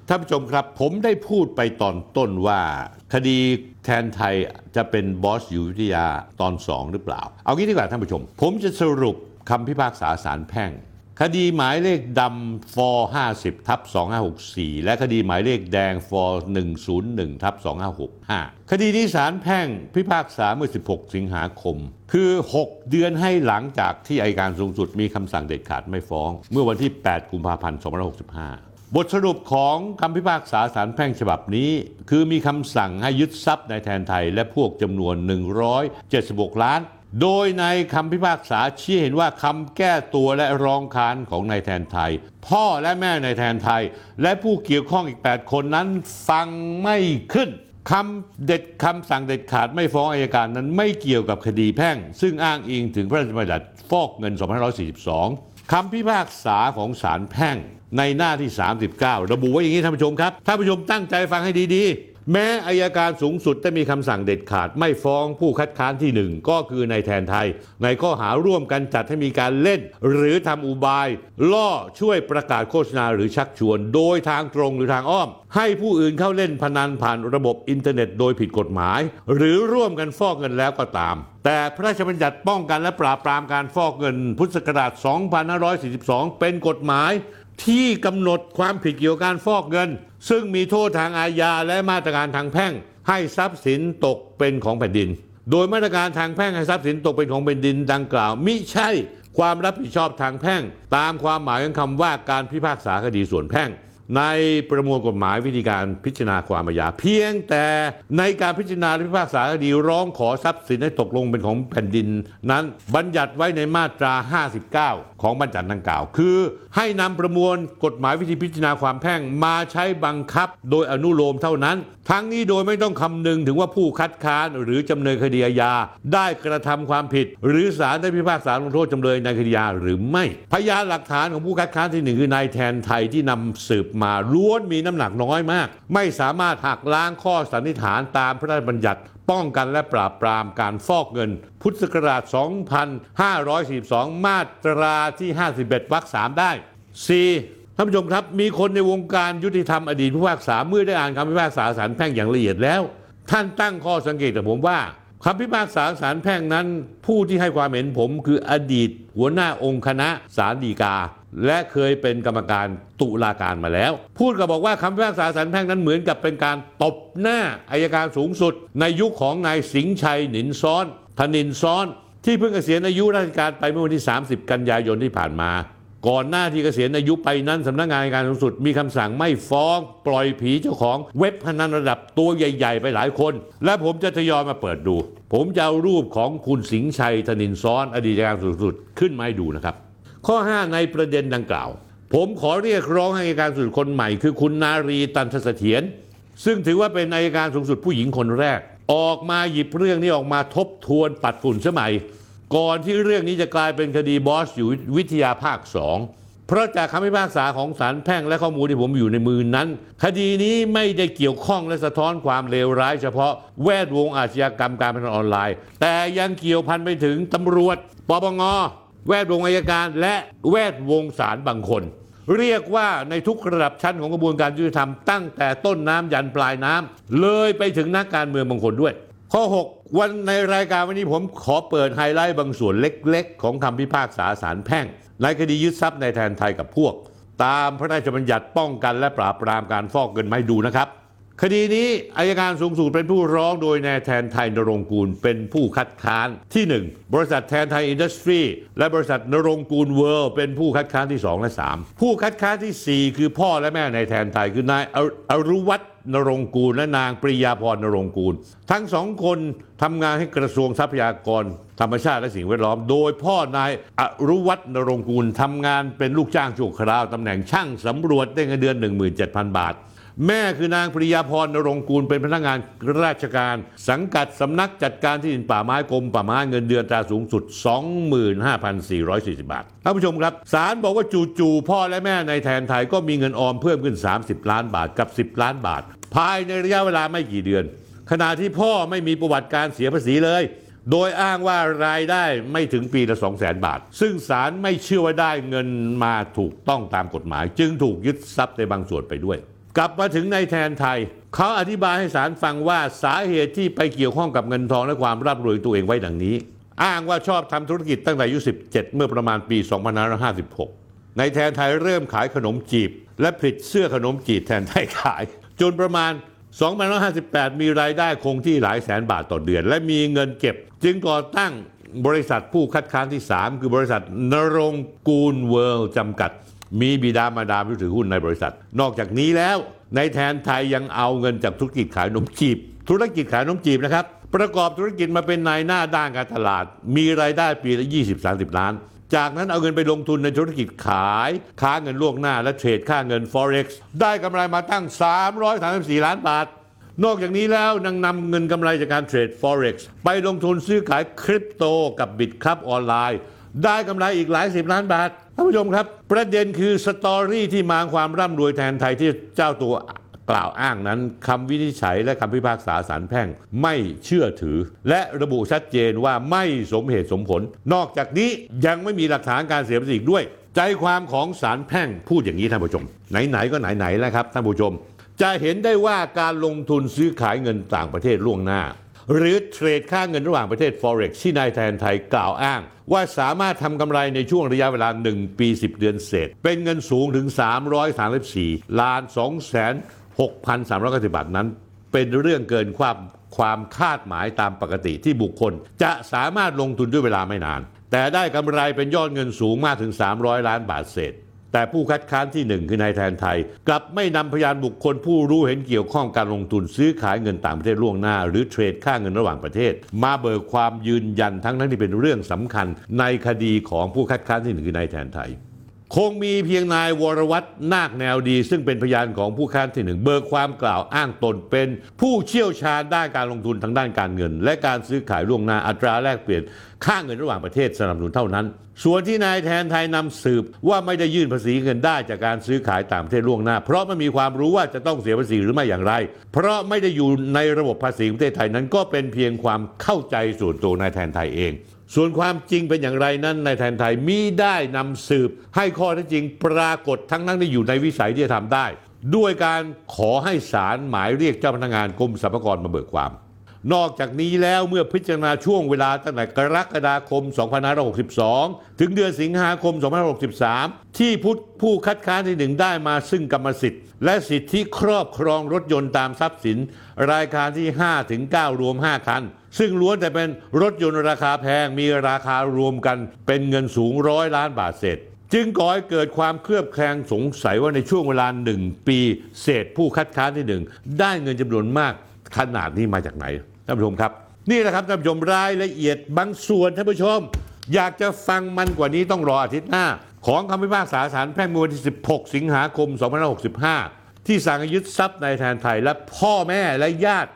ท่านผู้ชมครับผมได้พูดไปตอนต้นว่าคดีแทนไทยจะเป็นบอสอยู่วิทยาตอน2หรือเปล่าเอางี้ดีกว่าท่านผู้ชมผมจะสรุปคำพิพากษาศาลแพ่งคดีหมายเลขดำฟอ50/2564และคดีหมายเลขแดงฟอ101/2565คดีนี้ศาลแพ่งพิพากษาเมื่อ16สิงหาคมคือ6เดือนให้หลังจากที่อัยการสูงสุดมีคำสั่งเด็ดขาดไม่ฟ้องเมื่อวันที่8กุมภาพันธ์2565บทสรุปของคำพิพากษาศาลแพ่งฉบับนี้คือมีคำสั่งให้ยึดทรัพย์นายแทนไทยและพวกจำนวน176ล้านโดยในคำพิพากษาชี้เห็นว่าคำแก้ตัวและร้องค้านของนายแทนไทยพ่อและแม่นายแทนไทยและผู้เกี่ยวข้องอีก8คนนั้นฟังไม่ขึ้นคำสั่งเด็ดขาดไม่ฟ้องอัยการนั้นไม่เกี่ยวกับคดีแพ่งซึ่งอ้างอิงถึงพระราชบัญญัติฟอกเงิน2542คำพิพากษาของศาลแพ่งในหน้าที่39ระบุไว้อย่างนี้ท่านผู้ชมครับท่านผู้ชมตั้งใจฟังให้ดีๆแม้อัยการสูงสุดได้มีคำสั่งเด็ดขาดไม่ฟ้องผู้คัดค้านที่1ก็คือนายแทนไทยในข้อหาร่วมกันจัดให้มีการเล่นหรือทำอุบายล่อช่วยประกาศโฆษณาหรือชักชวนโดยทางตรงหรือทางอ้อมให้ผู้อื่นเข้าเล่นพนันผ่านระบบอินเทอร์เน็ตโดยผิดกฎหมายหรือร่วมกันฟอกเงินแล้วก็ตามแต่พระราชบัญญัติป้องกันและปราบปรามการฟอกเงินพุทธศักราช2542เป็นกฎหมายที่กำหนดความผิดเกี่ยวกับการฟอกเงินซึ่งมีโทษทางอาญาและมาตรการทางแพ่งให้ทรัพย์สินตกเป็นของแผ่นดินโดยมาตรการทางแพ่งให้ทรัพย์สินตกเป็นของแผ่นดินดังกล่าวมิใช่ความรับผิดชอบทางแพ่งตามความหมายของคำว่าการพิพากษาคดีส่วนแพ่งในประมวลกฎหมายวิธีการพิจารณาความอาญาเพียงแต่ในการพิจารณาพิพากษาคดีร้องขอทรัพย์สินให้ตกลงเป็นของแผ่นดินนั้นบัญญัติไว้ในมาตรา59ของบัญญัติดังกล่าวคือให้นำประมวลกฎหมายวิธีพิจารณาความแพ่งมาใช้บังคับโดยอนุโลมเท่านั้นทั้งนี้โดยไม่ต้องคำนึงถึงว่าผู้คัดค้านหรือจำเลยคดีอาญาได้กระทำความผิดหรือศาลได้พิพากษาลงโทษจำเลยในคดีอาญาหรือไม่พยานหลักฐานของผู้คัดค้านที่1คือนายแทนไทยที่นำสืบมาล้วนมีน้ำหนักน้อยมากไม่สามารถหักล้างข้อสันนิษฐานตามพระราชบัญญัติป้องกันและปราบปรามการฟอกเงินพุทธศักราช2542มาตราที่51วรรค3ได้ 4. ท่านผู้ชมครับมีคนในวงการยุติธรรมอดีตผู้พิพากษาเมื่อได้อ่านคำพิพากษาศาลแพ่งอย่างละเอียดแล้วท่านตั้งข้อสังเกตกับผมว่าคำพิพากษาศาลแพ่งนั้นผู้ที่ให้ความเห็นผมคืออดีตหัวหน้าองค์คณะศาลฎีกาและเคยเป็นกรรมการตุลาการมาแล้วพูดก็บอกว่าคำพิพากษาศาลแพ่งนั้นเหมือนกับเป็นการตบหน้าอัยการสูงสุดในยุคของนายสิงห์ชัยหนินซ้อนธนินซ้อนที่เพิ่งเกษียณอายุราชการไปเมื่อวันที่30กันยายนที่ผ่านมาก่อนหน้าที่เกษียณอายุไปนั้นสำนักงานอัยการสูงสุดมีคำสั่งไม่ฟ้องปล่อยผีเจ้าของเว็บพนันระดับตัวใหญ่ๆไปหลายคนและผมจะทยอยมาเปิดดูผมจะเอารูปของคุณสิงห์ชัยธนินซ้อนอดีตอัยการสูงสุดขึ้นมาให้ดูนะครับข้อ5ในประเด็นดังกล่าวผมขอเรียกร้องให้อัยการสูงสุดคนใหม่คือคุณนารีตันทเสถียรซึ่งถือว่าเป็นอัยการสูงสุดผู้หญิงคนแรกออกมาหยิบเรื่องนี้ออกมาทบทวนปัดฝุ่นสมัยก่อนที่เรื่องนี้จะกลายเป็นคดีบอสอยู่วิทยาภาค2เพราะจากคำพิพากษาของศาลแพ่งและข้อมูลที่ผมอยู่ในมือนั้นคดีนี้ไม่ได้เกี่ยวข้องและสะท้อนความเลวร้ายเฉพาะแวดวงอาชญากรรมการพนันออนไลน์แต่ยังเกี่ยวพันไปถึงตำรวจปปงแวดวงอัยการและแวดวงศาลบางคนเรียกว่าในทุกระดับชั้นของกระบวนการยุติธรรมตั้งแต่ต้นน้ำยันปลายน้ำเลยไปถึงนักการเมืองบางคนด้วยข้อ6วันในรายการวันนี้ผมขอเปิดไฮไลท์บางส่วนเล็กๆของคำพิพากษาศาลแพ่งในคดียึดทรัพย์ในแทนไทยกับพวกตามพระราชบัญญัติป้องกันและปราบปรามการฟอกเงินมาให้ดูนะครับคดีนี้อัยการสูงสุดเป็นผู้ร้องโดยนายแทนไทยนรงค์กูลเป็นผู้คัดค้านที่1บริษัทแทนไทยอินดัสทรีและบริษัทนรงค์กูลเวิลด์เป็นผู้คัดค้านที่2และ3ผู้คัดค้านที่4คือพ่อและแม่นายแทนไทยคือนายอรุวัฒน์นรงค์กูลและนางปริยาพรนรงค์กูลทั้ง2คนทำงานให้กระทรวงทรัพยากรธรรมชาติและสิ่งแวดล้อมโดยพ่อนายอรุวัฒน์นรงค์กูลทำงานเป็นลูกจ้างชั่วคราวตำแหน่งช่างสำรวจได้เงินเดือน 17,000 บาทแม่คือนางปริยาพรนรงค์กูลเป็นพนักงานราชการสังกัดสำนักจัดการที่ดินป่าไม้กรมป่าไม้เงินเดือนตราสูงสุด 25,440 บาทท่านผู้ชมครับศาลบอกว่าจู่ๆพ่อและแม่ในแทนไทยก็มีเงินออมเพิ่มขึ้น30ล้านบาทกับ10ล้านบาทภายในระยะเวลาไม่กี่เดือนขณะที่พ่อไม่มีประวัติการเสียภาษีเลยโดยอ้างว่ารายได้ไม่ถึงปีละ 200,000 บาทซึ่งศาลไม่เชื่อว่าได้เงินมาถูกต้องตามกฎหมายจึงถูกยึดทรัพย์ในบางส่วนไปด้วยกลับมาถึงนายแทนไทยเขาอธิบายให้ศาลฟังว่าสาเหตุที่ไปเกี่ยวข้องกับเงินทองและความร่ำรวยตัวเองไว้ดังนี้อ้างว่าชอบทำธุรกิจตั้งแต่อายุ 17 เมื่อประมาณปี 2556 นายแทนไทยเริ่มขายขนมจีบและผลิตเสื้อขนมจีบแทนไทยขายจนประมาณ 2558 มีรายได้คงที่หลายแสนบาทต่อเดือนและมีเงินเก็บจึงก่อตั้งบริษัทผู้คัดค้านที่ 3 คือบริษัทนรงค์กูลเวิลด์จำกัดมีบิดามารดาผู้ถือหุ้นในบริษัทนอกจากนี้แล้วนายแทนไทยยังเอาเงินจากธุรกิจขายขนมจีบนะครับประกอบธุรกิจมาเป็นนายหน้าด้านการตลาดมีรายได้ปีละ 20-30 ล้านจากนั้นเอาเงินไปลงทุนในธุรกิจขายค้าเงินล่วงหน้าและเทรดค่าเงิน Forex ได้กำไรมาตั้ง 334 ล้านบาทนอกจากนี้แล้วยังนำเงินกำไรจากการเทรด Forex ไปลงทุนซื้อขายคริปโตกับบิตครับออนไลน์ได้กำไรอีกหลาย10 ล้านบาทท่านผู้ชมครับประเด็นคือสตอรี่ที่มาความร่ำรวยแทนไทยที่เจ้าตัวกล่าวอ้างนั้นคำวินิจฉัยและคำพิพากษาศาลแพ่งไม่เชื่อถือและระบุชัดเจนว่าไม่สมเหตุสมผลนอกจากนี้ยังไม่มีหลักฐานการเสียภาษีด้วยใจความของศาลแพ่งพูดอย่างนี้ท่านผู้ชมไหนๆก็ไหนๆแล้วครับท่านผู้ชมจะเห็นได้ว่าการลงทุนซื้อขายเงินต่างประเทศล่วงหน้าหรือเทรดค่าเงินระหว่างประเทศ Forex ที่นายแทนไทยกล่าวอ้างว่าสามารถทำกำไรในช่วงระยะเวลา1 ปี 10 เดือนเศษเป็นเงินสูงถึง334ล้าน2,6,390 บาทนั้นเป็นเรื่องเกินความคาดหมายตามปกติที่บุคคลจะสามารถลงทุนด้วยเวลาไม่นานแต่ได้กำไรเป็นยอดเงินสูงมากถึง300ล้านบาทเศษแต่ผู้คัดค้านที่1คือนายแทนไทยกลับไม่นำพยานบุคคลผู้รู้เห็นเกี่ยวข้องการลงทุนซื้อขายเงินต่างประเทศล่วงหน้าหรือเทรดค่าเงินระหว่างประเทศมาเบิกความยืนยันทั้งที่เป็นเรื่องสำคัญในคดีของผู้คัดค้านที่1คือนายแทนไทยคงมีเพียงนายวรวัฒน์นาคแนวดีซึ่งเป็นพยานของผู้ค้านที่1เบิกความกล่าวอ้างตนเป็นผู้เชี่ยวชาญด้านการลงทุนทางด้านการเงินและการซื้อขายล่วงหน้าอัตราแลกเปลี่ยนค่าเงินระหว่างประเทศสนับสนุนเท่านั้นส่วนที่นายแทนไทยนำสืบว่าไม่ได้ยื่นภาษีเงินได้จากการซื้อขายต่างประเทศล่วงหน้าเพราะไม่มีความรู้ว่าจะต้องเสียภาษีหรือไม่อย่างไรเพราะไม่ได้อยู่ในระบบภาษีประเทศไทยนั้นก็เป็นเพียงความเข้าใจส่วนตัวนายแทนไทยเองส่วนความจริงเป็นอย่างไรนั้นนายแทนไทยมิได้นำสืบให้ข้อเท็จจริงปรากฏทั้งที่อยู่ในวิสัยที่จะทำได้ด้วยการขอให้ศาลหมายเรียกเจ้าพนักงานกรมสรรพากรมาเบิกความนอกจากนี้แล้วเมื่อพิจารณาช่วงเวลาตั้งแต่กรกฎาคม 2562 ถึงเดือนสิงหาคม 2563 ที่ผู้คัดค้านที่1ได้มาซึ่งกรรมสิทธิ์และสิทธิครอบครองรถยนต์ตามทรัพย์สินรายการที่ 5-9 รวม 5 คันซึ่งล้วนแต่เป็นรถยนต์ราคาแพงมีราคารวมกันเป็นเงินสูง100 ล้านบาทเศษจึงก่อให้เกิดความเคลือบแคลงสงสัยว่าในช่วงเวลา1 ปีเศษผู้คัดค้านที่1ได้เงินจำนวนมากขนาดนี้มาจากไหนท่านผู้ชมครับนี่แหละครับท่านผู้ชมรายละเอียดบางส่วนท่านผู้ชมอยากจะฟังมันกว่านี้ต้องรออาทิตย์หน้าของคำพิพากษาศาลแพ่งเมื่อวันที่ 16 สิงหาคม 2565 ที่สั่งยึดทรัพย์นายแทนไทยและพ่อแม่และญาติ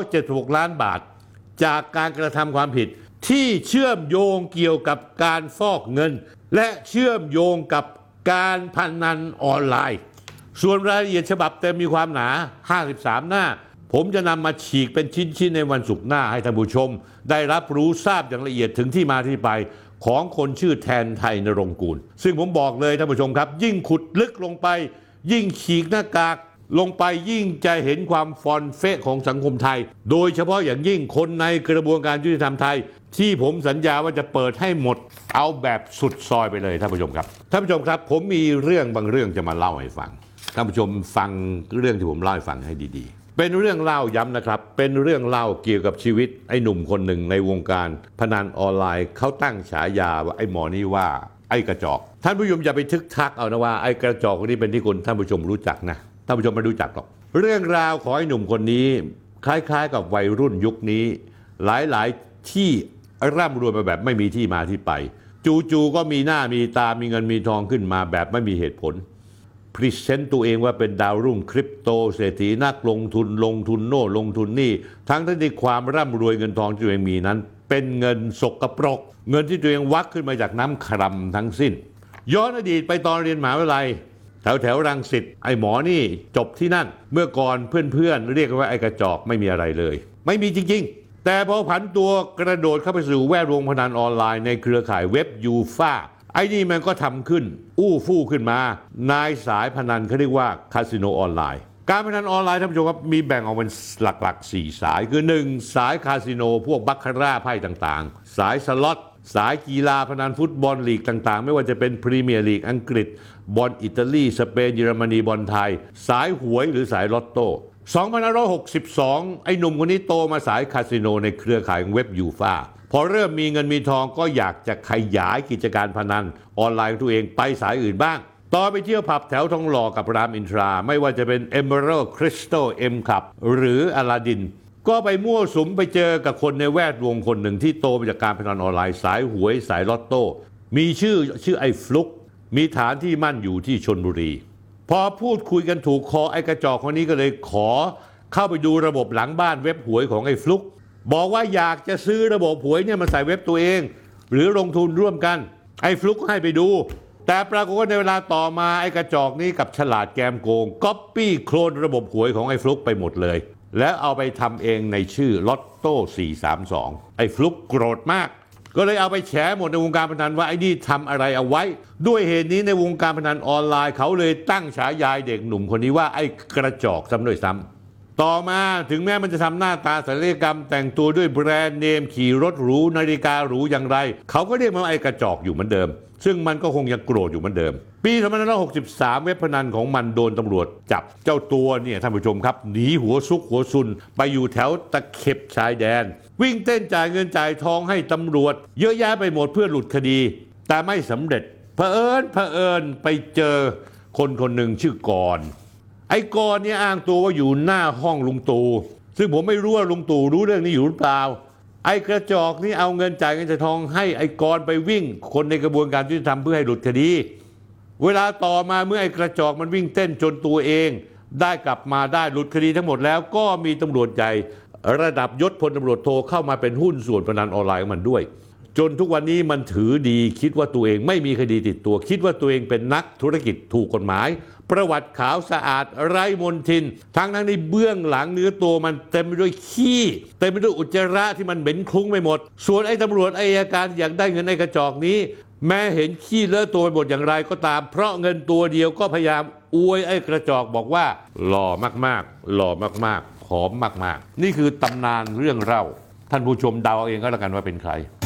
176 ล้านบาทจากการกระทำความผิดที่เชื่อมโยงเกี่ยวกับการฟอกเงินและเชื่อมโยงกับการพนันออนไลน์ส่วนรายละเอียดฉบับเต็มมีความหนา53 หน้าผมจะนำมาฉีกเป็นชิ้นๆในวันศุกร์หน้าให้ท่านผู้ชมได้รับรู้ทราบอย่างละเอียดถึงที่มาที่ไปของคนชื่อแทนไทยนรงค์กูลซึ่งผมบอกเลยท่านผู้ชมครับยิ่งขุดลึกลงไปยิ่งฉีกหน้ากากลงไปยิ่งจะเห็นความฟอนเฟะของสังคมไทยโดยเฉพาะอย่างยิ่งคนในกระบวนการยุติธรรมไทยที่ผมสัญญาว่าจะเปิดให้หมดเอาแบบสุดซอยไปเลยท่านผู้ชมครับท่านผู้ชมครับผมมีเรื่องบางเรื่องจะมาเล่าให้ฟังท่านผู้ชมฟังเรื่องที่ผมเล่าให้ฟังให้ดีๆเป็นเรื่องเล่าย้ำนะครับเป็นเรื่องเล่าเกี่ยวกับชีวิตไอ้หนุ่มคนหนึ่งในวงการพนันออนไลน์เขาตั้งฉายาว่าไอ้หมอนี่ว่าไอ้กระจอกท่านผู้ชมอย่าไปทึกทักเอานะว่าไอ้กระจอกคนนี้เป็นที่คนท่านผู้ชมรู้จักนะท่านผู้ชมไม่รู้จักหรอกเรื่องราวของไอ้หนุ่มคนนี้คล้ายๆกับวัยรุ่นยุคนี้หลายๆที่ร่ำรวยมาแบบไม่มีที่มาที่ไปจู่ๆก็มีหน้ามีตามีเงินมีทองขึ้นมาแบบไม่มีเหตุผลพรีเซนต์ตัวเองว่าเป็นดาวรุ่งคริปโตเศรษฐีนักลงทุนโน่ลงทุนนี่ทั้งที่ความร่ำรวยเงินทองที่ตัวเองมีนั้นเป็นเงินสกปรกเงินที่ตัวเองวักขึ้นมาจากน้ำครัมทั้งสิ้นย้อนอดีตไปตอนเรียนมหาวิทยาลัยแถวรังสิตไอ้หมอนี่จบที่นั่นเมื่อก่อนเพื่อนๆเรียกว่าไอ้กระจอกไม่มีอะไรเลยไม่มีจริงๆแต่พอผันตัวกระโดดเข้าไปสู่แวดวงพนันออนไลน์ในเครือข่ายเว็บยูฟ่าไอ้นี่มันก็ทำขึ้นอู้ฟู่ขึ้นมานายสายพนันเขาเรียกว่าคาสิโนออนไลน์การพนันออนไลน์ท่านผู้ชมครับมีแบ่งออกเป็นหลักๆ4สายคือ1สายคาสิโนพวกบัคคาร่าไพ่ต่างๆสายสล็อตสายกีฬาพนันฟุตบอลลีกต่างๆไม่ว่าจะเป็นพรีเมียร์ลีกอังกฤษบอลอิตาลีสเปนเยอรมนีบอลไทยสายหวยหรือสายลอตโต้2562ไอ้หนุ่มคนนี้โตมาสายคาสิโนในเครือข่ายเว็บยูฟ่าพอเริ่มมีเงินมีทองก็อยากจะขยายกิจการพนันออนไลน์ของตัวเองไปสายอื่นบ้างต่อไปเที่ยวผับแถวทองหล่อกับรามอินทราไม่ว่าจะเป็น Emerald Crystal M Club หรืออลาดินก็ไปมั่วสุมไปเจอกับคนในแวดวงคนหนึ่งที่โตมาจากการพนันออนไลน์สายหวยสายลอตโต้มีชื่อไอ้ฟลุกมีฐานที่มั่นอยู่ที่ชลบุรีพอพูดคุยกันถูกคอไอ้กระจอกคนนี้ก็เลยขอเข้าไปดูระบบหลังบ้านเว็บหวยของไอ้ฟลุกบอกว่าอยากจะซื้อระบบหวยเนี่ยมาใส่เว็บตัวเองหรือลงทุนร่วมกันไอ้ฟลุกให้ไปดูแต่ปรากฏว่าในเวลาต่อมาไอ้กระจอกนี้กับฉลาดแกมโกงก๊อปปี้โคลนระบบหวยของไอ้ฟลุกไปหมดเลยแล้วเอาไปทำเองในชื่อลอตโต้432ไอ้ฟลุกโกรธมากก็เลยเอาไปแฉหมดในวงการพนันว่าไอ้นี่ทำอะไรเอาไว้ด้วยเหตุนี้ในวงการพนันออนไลน์เขาเลยตั้งฉายาเด็กหนุ่มคนนี้ว่าไอ้กระจอกซ้ำด้วยซ้ำต่อมาถึงแม้มันจะทำหน้าตาศัลยกรรมแต่งตัวด้วยแบรนด์เนมขี่รถหรูนาฬิกาหรูอย่างไรเขาก็เรียกมันว่าไอ้กระจอกอยู่เหมือนเดิมซึ่งมันก็คงยังโกรธอยู่เหมือนเดิมปี2563เว็บพนันของมันโดนตำรวจจับเจ้าตัวเนี่ยท่านผู้ชมครับหนีหัวซุกหัวซุนไปอยู่แถวตะเข็บชายแดนวิ่งเต้นจ่ายเงินจ่ายทองให้ตำรวจเยอะแยะไปหมดเพื่อหลุดคดีแต่ไม่สำเร็จเผอิญไปเจอคนหนึ่งชื่อกรไอ้กรเนี่ยอ้างตัวว่าอยู่หน้าห้องลุงตู่ซึ่งผมไม่รู้ว่าลุงตู่รู้เรื่องนี้อยู่หรือเปล่าไอ้กระจอกนี่เอาเงินจ่ายเงินจ่ายทองให้ไอ้กรไปวิ่งคนในกระบวนการยุติธรรมเพื่อให้หลุดคดีเวลาต่อมาเมื่อไอ้กระจอกมันวิ่งเต้นจนตัวเองได้กลับมาได้หลุดคดีทั้งหมดแล้วก็มีตำรวจใหญ่ระดับยศพลตำรวจโทเข้ามาเป็นหุ้นส่วนพนันออนไลน์ของมันด้วยจนทุกวันนี้มันถือดีคิดว่าตัวเองไม่มีคดีติดตัวคิดว่าตัวเองเป็นนักธุรกิจถูกกฎหมายประวัติขาวสะอาดไร้มลทินทั้งในเบื้องหลังเนื้อตัวมันเต็มไปด้วยขี้เต็มไปด้วยอุจจาระที่มันเหม็นคลุ้งไปหมดส่วนไอ้ตำรวจอัยการอยากได้เงินไอ้กระจอกนี้แม้เห็นขี้เลอะตัวไปหมดอย่างไรก็ตามเพราะเงินตัวเดียวก็พยายามอวยไอ้กระจอกบอกว่าหล่อมากๆหล่อมากๆผอมมากๆนี่คือตำนานเรื่องเล่าท่านผู้ชมเดาเองก็แล้วกันว่าเป็นใคร